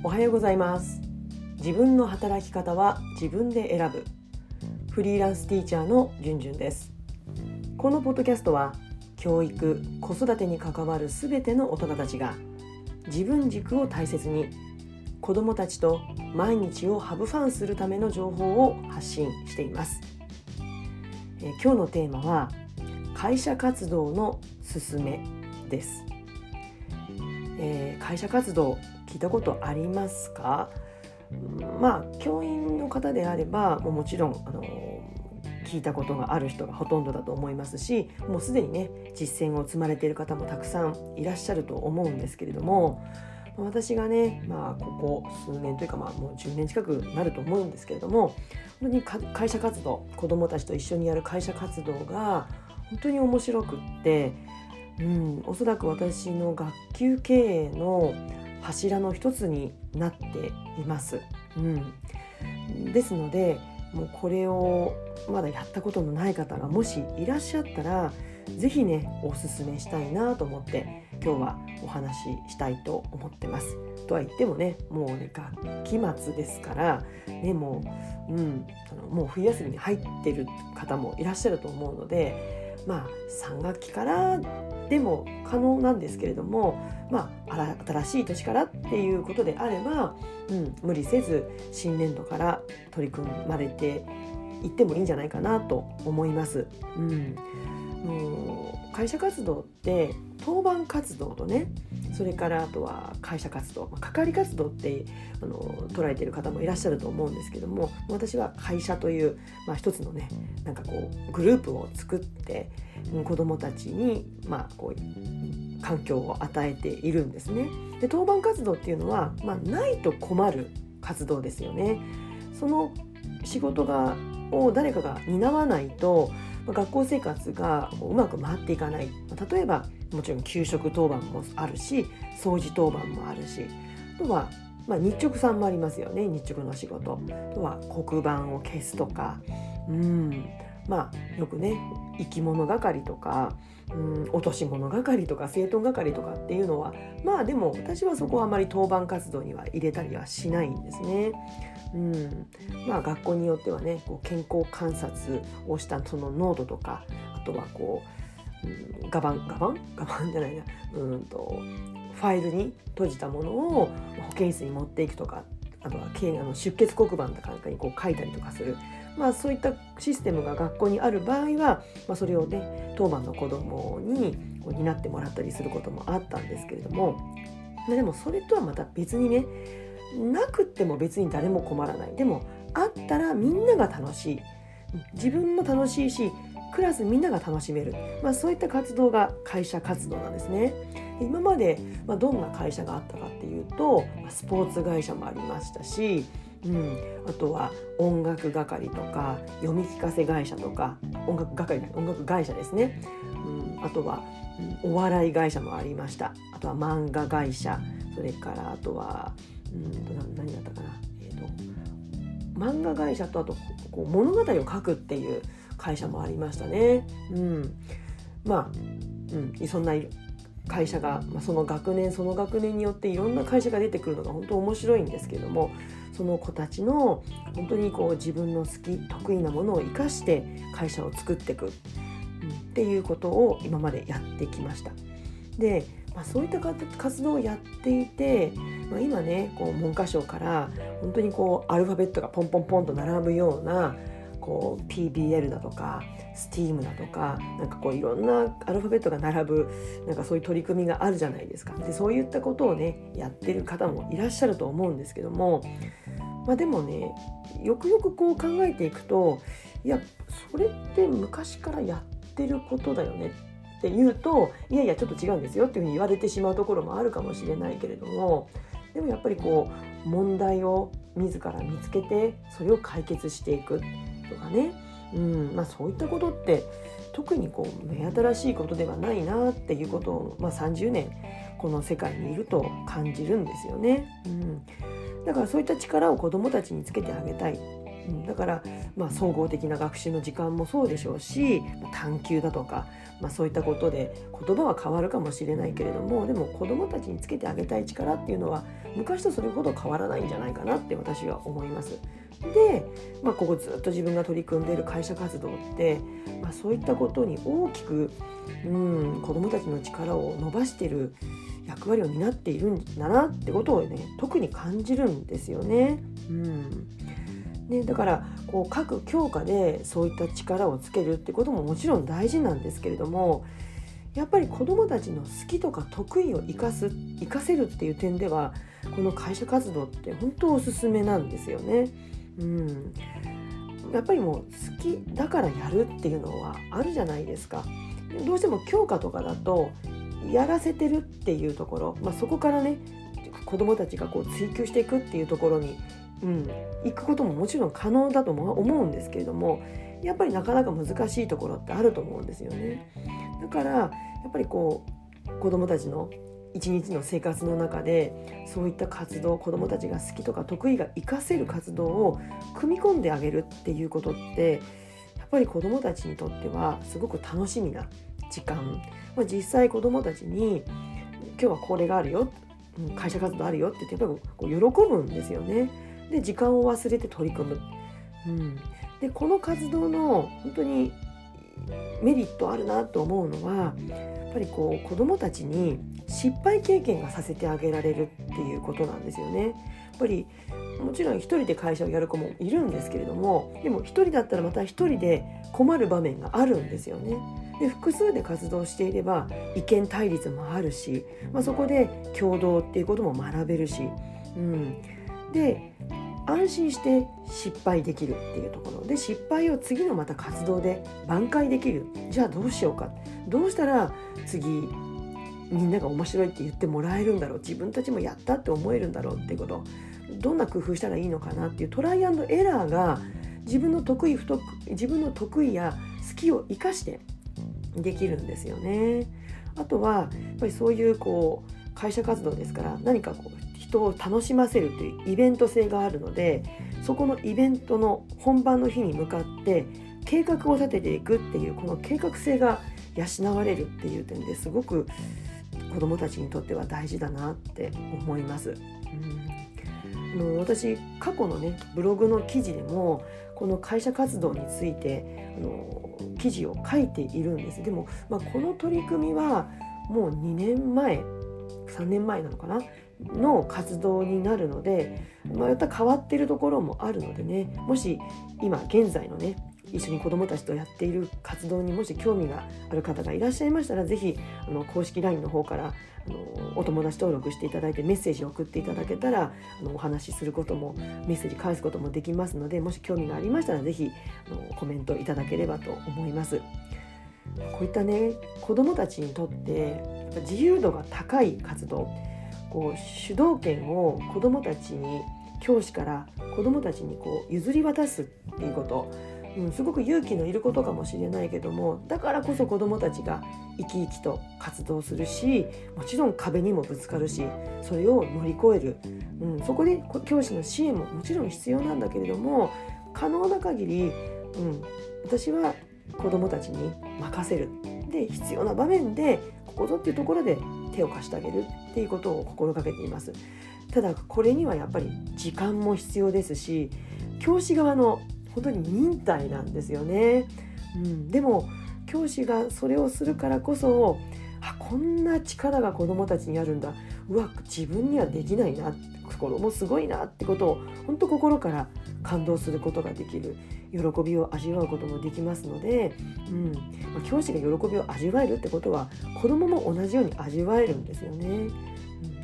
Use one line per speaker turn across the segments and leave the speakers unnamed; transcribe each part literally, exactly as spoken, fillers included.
おはようございます。自分の働き方は自分で選ぶフリーランスティーチャーのじゅんじゅんです。このポッドキャストは教育・子育てに関わるすべての大人たちが自分軸を大切に子どもたちと毎日をハブファンするための情報を発信しています。え今日のテーマは会社活動のすすめです。えー、会社活動聞いたことありますか？まあ教員の方であればもうもちろんあの聞いたことがある人がほとんどだと思いますし、もうすでにね実践を積まれている方もたくさんいらっしゃると思うんですけれども、私がね、まあ、ここ数年というか、まあ、もうじゅうねん近くなると思うんですけれども、本当に会社活動、子どもたちと一緒にやる会社活動が本当に面白くって、うん、おそらく私の学級経営の柱の一つになっています。うん、ですのでもうこれをまだやったことのない方がもしいらっしゃったら、ぜひねおすすめしたいなと思って今日はお話ししたいと思ってます。とは言ってもね、もうね学期末ですからね、もう、うん、あのもう冬休みに入ってる方もいらっしゃると思うので、まあさん学期からでも可能なんですけれども、まあ新しい年からっていうことであれば、うん、無理せず新年度から取り組まれていってもいいんじゃないかなと思います。うん、もう会社活動って当番活動とね、それからあとは会社活動、係活動ってあの捉えている方もいらっしゃると思うんですけども、私は会社という、まあ、一つのねなんかこうグループを作って子どもたちに、まあ、こう環境を与えているんですね。で、当番活動っていうのは、まあ、ないと困る活動ですよね。その仕事がを誰かが担わないと学校生活がうまく回っていかない。例えばもちろん給食当番もあるし、掃除当番もあるし、あとは、まあ、日直さんもありますよね。日直の仕事、あとは黒板を消すとか、うんまあよくね生き物係とか、うん、落とし物係とか整頓係とかっていうのは、まあでも私はそこはあまり当番活動には入れたりはしないんですね。うん、まあ学校によってはねこう健康観察をしたその濃度とか、あとはこう、うん、ガバンガバンガバンじゃないなうんとファイルに閉じたものを保健室に持っていくとか、あとはあの出血黒板とかにこう書いたりとかする、まあ、そういったシステムが学校にある場合は、まあ、それをね当番の子どもにこう担ってもらったりすることもあったんですけれども、でもそれとはまた別にね、なくっても別に誰も困らない。でもあったらみんなが楽しい、自分も楽しいしクラスみんなが楽しめる、まあ、そういった活動が会社活動なんですね。今まで、まあ、どんな会社があったかっていうと、スポーツ会社もありましたし、うん、あとは音楽係とか読み聞かせ会社とか、音楽係音楽会社ですね、うん、あとは、うん、お笑い会社もありました。あとは漫画会社、それからあとはうんと何だったかな、えーと、漫画会社とあとこう物語を書くっていう会社もありましたね。うん、まあ、うん、そんな会社が、まあ、その学年その学年によっていろんな会社が出てくるのが本当面白いんですけども、その子たちの本当にこう自分の好き得意なものを生かして会社を作っていく、うん、っていうことを今までやってきました。で、まあ、そういった活動をやっていて、まあ、今ねこう文科省から本当にこうアルファベットがポンポンポンと並ぶようなこう ピービーエル だとか スティーム だとか、なんかこういろんなアルファベットが並ぶなんかそういう取り組みがあるじゃないですか。で、そういったことをねやってる方もいらっしゃると思うんですけども、まあ、でもねよくよくこう考えていくと、いやそれって昔からやってることだよねって言うと、いやいやちょっと違うんですよっていうふうに言われてしまうところもあるかもしれないけれども、でもやっぱりこう問題を自ら見つけてそれを解決していくとかね、うんまあ、そういったことって特にこう目新しいことではないなっていうことを、まあ、さんじゅうねんこの世界にいると感じるんですよね。うん、だからそういった力を子どもたちにつけてあげたい。 うん、だから、まあ、総合的な学習の時間もそうでしょうし、探究だとか、まあ、そういったことで言葉は変わるかもしれないけれども、でも子どもたちにつけてあげたい力っていうのは昔とそれほど変わらないんじゃないかなって私は思います。で、まあ、ここずっと自分が取り組んでいる会社活動って、まあ、そういったことに大きく、うん、子どもたちの力を伸ばしている役割を担っているんだなってことをね、特に感じるんですよね。うんね、だからこう各教科でそういった力をつけるってことももちろん大事なんですけれども、やっぱり子どもたちの好きとか得意を生かす生かせるっていう点では、この会社活動って本当おすすめなんですよね。うん、やっぱりもう好きだからやるっていうのはあるじゃないですか。どうしても教科とかだとやらせてるっていうところ、まあ、そこからね子どもたちがこう追求していくっていうところに、うん、行くことももちろん可能だとも思うんですけれども、やっぱりなかなか難しいところってあると思うんですよね。だからやっぱりこう子どもたちの一日の生活の中でそういった活動、子どもたちが好きとか得意が活かせる活動を組み込んであげるっていうことって、やっぱり子どもたちにとってはすごく楽しみな時間、まあ、実際子どもたちに今日はこれがあるよ、会社活動あるよって言ってやっぱりこう喜ぶんですよね。で時間を忘れて取り組む、うん、でこの活動の本当にメリットあるなと思うのは、やっぱりこう子どもたちに失敗経験がさせてあげられるっていうことなんですよね。やっぱりもちろん一人で会社をやる子もいるんですけれども、でも一人だったらまた一人で困る場面があるんですよね。で複数で活動していれば意見対立もあるし、まあ、そこで共同っていうことも学べるし、うん、で安心して失敗できるっていうところで、失敗を次のまた活動で挽回できる。じゃあどうしようか、どうしたら次みんなが面白いって言ってもらえるんだろう、自分たちもやったって思えるんだろうっていうこと、どんな工夫したらいいのかなっていうトライアンドエラーが自分の得意不得自分の得意や好きを生かしてできるんですよね。あとはやっぱりそういうこう会社活動ですから、何かこう人を楽しませるというイベント性があるので、そこのイベントの本番の日に向かって計画を立てていくっていうこの計画性が養われるっていう点ですごく子どもたちにとっては大事だなって思います。うん、あの私過去のねブログの記事でもこの会社活動についてあの記事を書いているんです。でも、まあ、この取り組みはもうにねんまえさんねんまえなのかなの活動になるので、また変わっているところもあるのでね、もし今現在のね一緒に子どもたちとやっている活動にもし興味がある方がいらっしゃいましたら、ぜひあの公式 ライン の方からあのお友達登録していただいてメッセージを送っていただけたら、あのお話しすることもメッセージ返すこともできますので、もし興味がありましたらぜひあのコメントいただければと思います。こういったね子どもたちにとって自由度が高い活動、こう主導権を子どもたちに教師から子どもたちにこう譲り渡すっていうこと、うん、すごく勇気のいることかもしれないけども、だからこそ子どもたちが生き生きと活動するし、もちろん壁にもぶつかるし、それを乗り越える、うん、そこで教師の支援ももちろん必要なんだけれども、可能な限り、うん、私は子どもたちに任せる、で必要な場面でここぞっていうところで手を貸してあげるっていうことを心がけています。ただこれにはやっぱり時間も必要ですし、教師側の本当に忍耐なんですよね。うん、でも教師がそれをするからこそ、あ、こんな力が子どもたちにあるんだ、うわ自分にはできないな、子どもすごいなってことを本当心から感動することができる、喜びを味わうこともできますので、うんまあ、教師が喜びを味わえるってことは子どもも同じように味わえるんですよね。うん、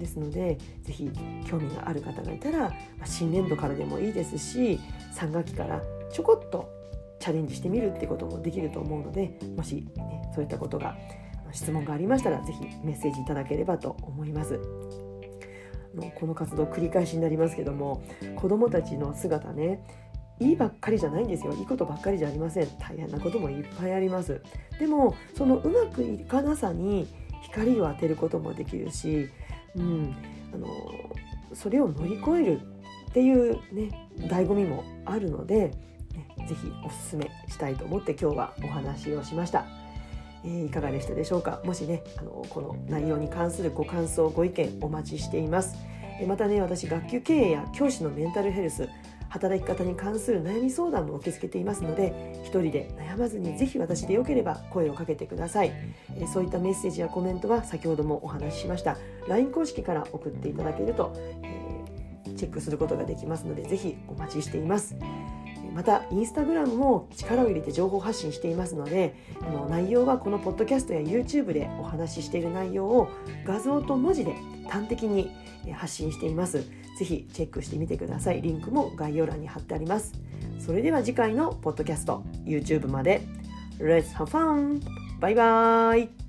ですのでぜひ興味がある方がいたら、まあ、新年度からでもいいですし、さん学期からちょこっとチャレンジしてみるってこともできると思うので、もし、ね、そういったことが質問がありましたらぜひメッセージいただければと思います。この活動繰り返しになりますけども、子どもたちの姿ね、いいばっかりじゃないんですよ。いいことばっかりじゃありません。大変なこともいっぱいあります。でもそのうまくいかなさに光を当てることもできるし、うん、あのそれを乗り越えるっていうね醍醐味もあるので、ね、ぜひおすすめしたいと思って今日はお話をしました。えー、いかがでしたでしょうか。もしねあのこの内容に関するご感想ご意見お待ちしています。えー、またね私学級経営や教師のメンタルヘルス働き方に関する悩み相談も受け付けていますので、一人で悩まずにぜひ私でよければ声をかけてください。えー、そういったメッセージやコメントは先ほどもお話ししました ライン 公式から送っていただけると、えー、チェックすることができますのでぜひお待ちしています。またインスタグラムも力を入れて情報発信していますので、あの内容はこのポッドキャストや YouTube でお話ししている内容を画像と文字で端的に発信しています。ぜひチェックしてみてください。リンクも概要欄に貼ってあります。それでは次回のポッドキャスト YouTube まで Let's have fun! バイバイ。